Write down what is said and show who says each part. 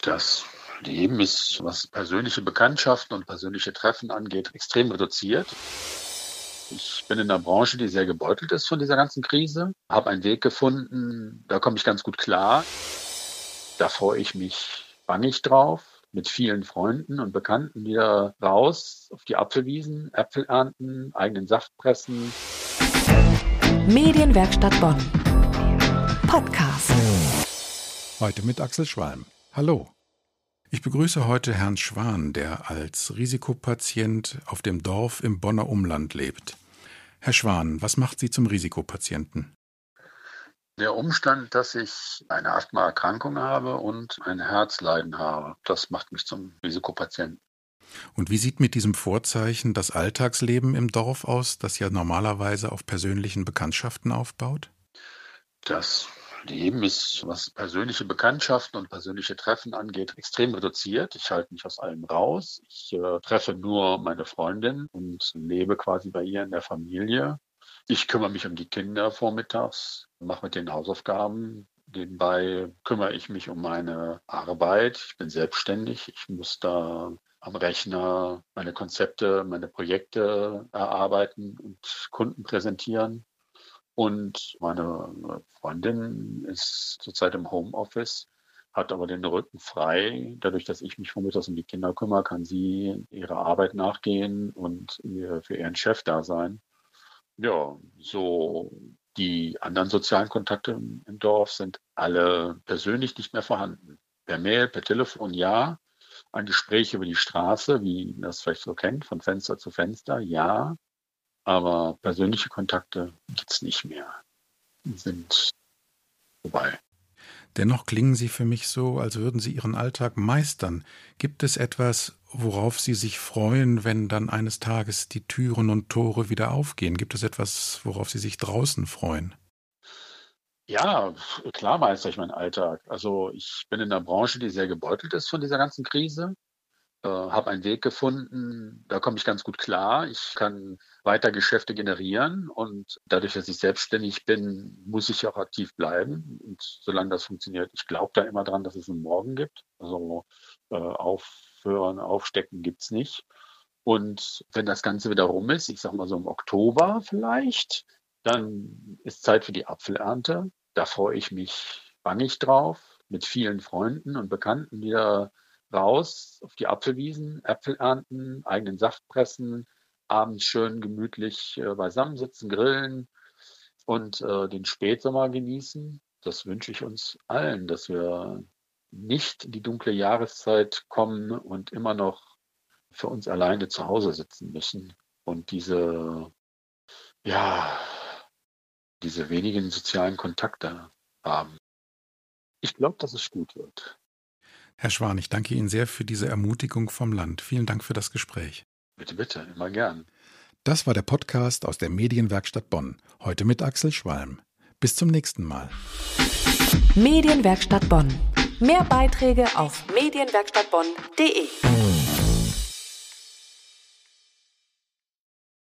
Speaker 1: Das Leben ist, was persönliche Bekanntschaften und persönliche Treffen angeht, extrem reduziert. Ich bin in einer Branche, die sehr gebeutelt ist von dieser ganzen Krise, habe einen Weg gefunden, da komme ich ganz gut klar. Da freue ich mich bangig drauf, mit vielen Freunden und Bekannten wieder raus auf die Apfelwiesen, Äpfel ernten, eigenen Saft pressen.
Speaker 2: Medienwerkstatt Bonn. Podcast.
Speaker 3: Heute mit Axel Schwalm. Hallo. Ich begrüße heute Herrn Schwan, der als Risikopatient auf dem Dorf im Bonner Umland lebt. Herr Schwan, was macht Sie zum Risikopatienten?
Speaker 1: Der Umstand, dass ich eine Asthmaerkrankung habe und ein Herzleiden habe, das macht mich zum Risikopatienten.
Speaker 3: Und wie sieht mit diesem Vorzeichen das Alltagsleben im Dorf aus, das ja normalerweise auf persönlichen Bekanntschaften aufbaut?
Speaker 1: Das Leben ist, was persönliche Bekanntschaften und persönliche Treffen angeht, extrem reduziert. Ich halte mich aus allem raus. Ich treffe nur meine Freundin und lebe quasi bei ihr in der Familie. Ich kümmere mich um die Kinder vormittags, mache mit den Hausaufgaben. Nebenbei kümmere ich mich um meine Arbeit. Ich bin selbstständig. Ich muss da am Rechner meine Konzepte, meine Projekte erarbeiten und Kunden präsentieren. Und meine Freundin ist zurzeit im Homeoffice, hat aber den Rücken frei. Dadurch, dass ich mich vormittags um die Kinder kümmere, kann sie ihrer Arbeit nachgehen und für ihren Chef da sein. Ja, so die anderen sozialen Kontakte im Dorf sind alle persönlich nicht mehr vorhanden. Per Mail, per Telefon, ja. Ein Gespräch über die Straße, wie man das vielleicht so kennt, von Fenster zu Fenster, ja. Aber persönliche Kontakte gibt's nicht mehr. Die sind vorbei.
Speaker 3: Dennoch klingen Sie für mich so, als würden Sie Ihren Alltag meistern. Gibt es etwas, worauf Sie sich freuen, wenn dann eines Tages die Türen und Tore wieder aufgehen? Gibt es etwas, worauf Sie sich draußen freuen?
Speaker 1: Ja, klar meistere ich meinen Alltag. Also ich bin in einer Branche, die sehr gebeutelt ist von dieser ganzen Krise. Habe einen Weg gefunden, da komme ich ganz gut klar. Ich kann weiter Geschäfte generieren und dadurch, dass ich selbstständig bin, muss ich auch aktiv bleiben. Und solange das funktioniert, ich glaube da immer dran, dass es einen Morgen gibt. Also aufhören, aufstecken gibt's nicht. Und wenn das Ganze wieder rum ist, ich sage mal so im Oktober vielleicht, dann ist Zeit für die Apfelernte. Da freue ich mich bangig drauf, mit vielen Freunden und Bekannten wieder raus auf die Apfelwiesen, Äpfel ernten, eigenen Saft pressen, abends schön gemütlich beisammensitzen, grillen und den Spätsommer genießen. Das wünsche ich uns allen, dass wir nicht in die dunkle Jahreszeit kommen und immer noch für uns alleine zu Hause sitzen müssen und diese wenigen sozialen Kontakte haben. Ich glaube, dass es gut wird.
Speaker 3: Herr Schwan, ich danke Ihnen sehr für diese Ermutigung vom Land. Vielen Dank für das Gespräch.
Speaker 1: Bitte, bitte, immer gern.
Speaker 3: Das war der Podcast aus der Medienwerkstatt Bonn. Heute mit Axel Schwalm. Bis zum nächsten Mal.
Speaker 2: Medienwerkstatt Bonn. Mehr Beiträge auf medienwerkstattbonn.de.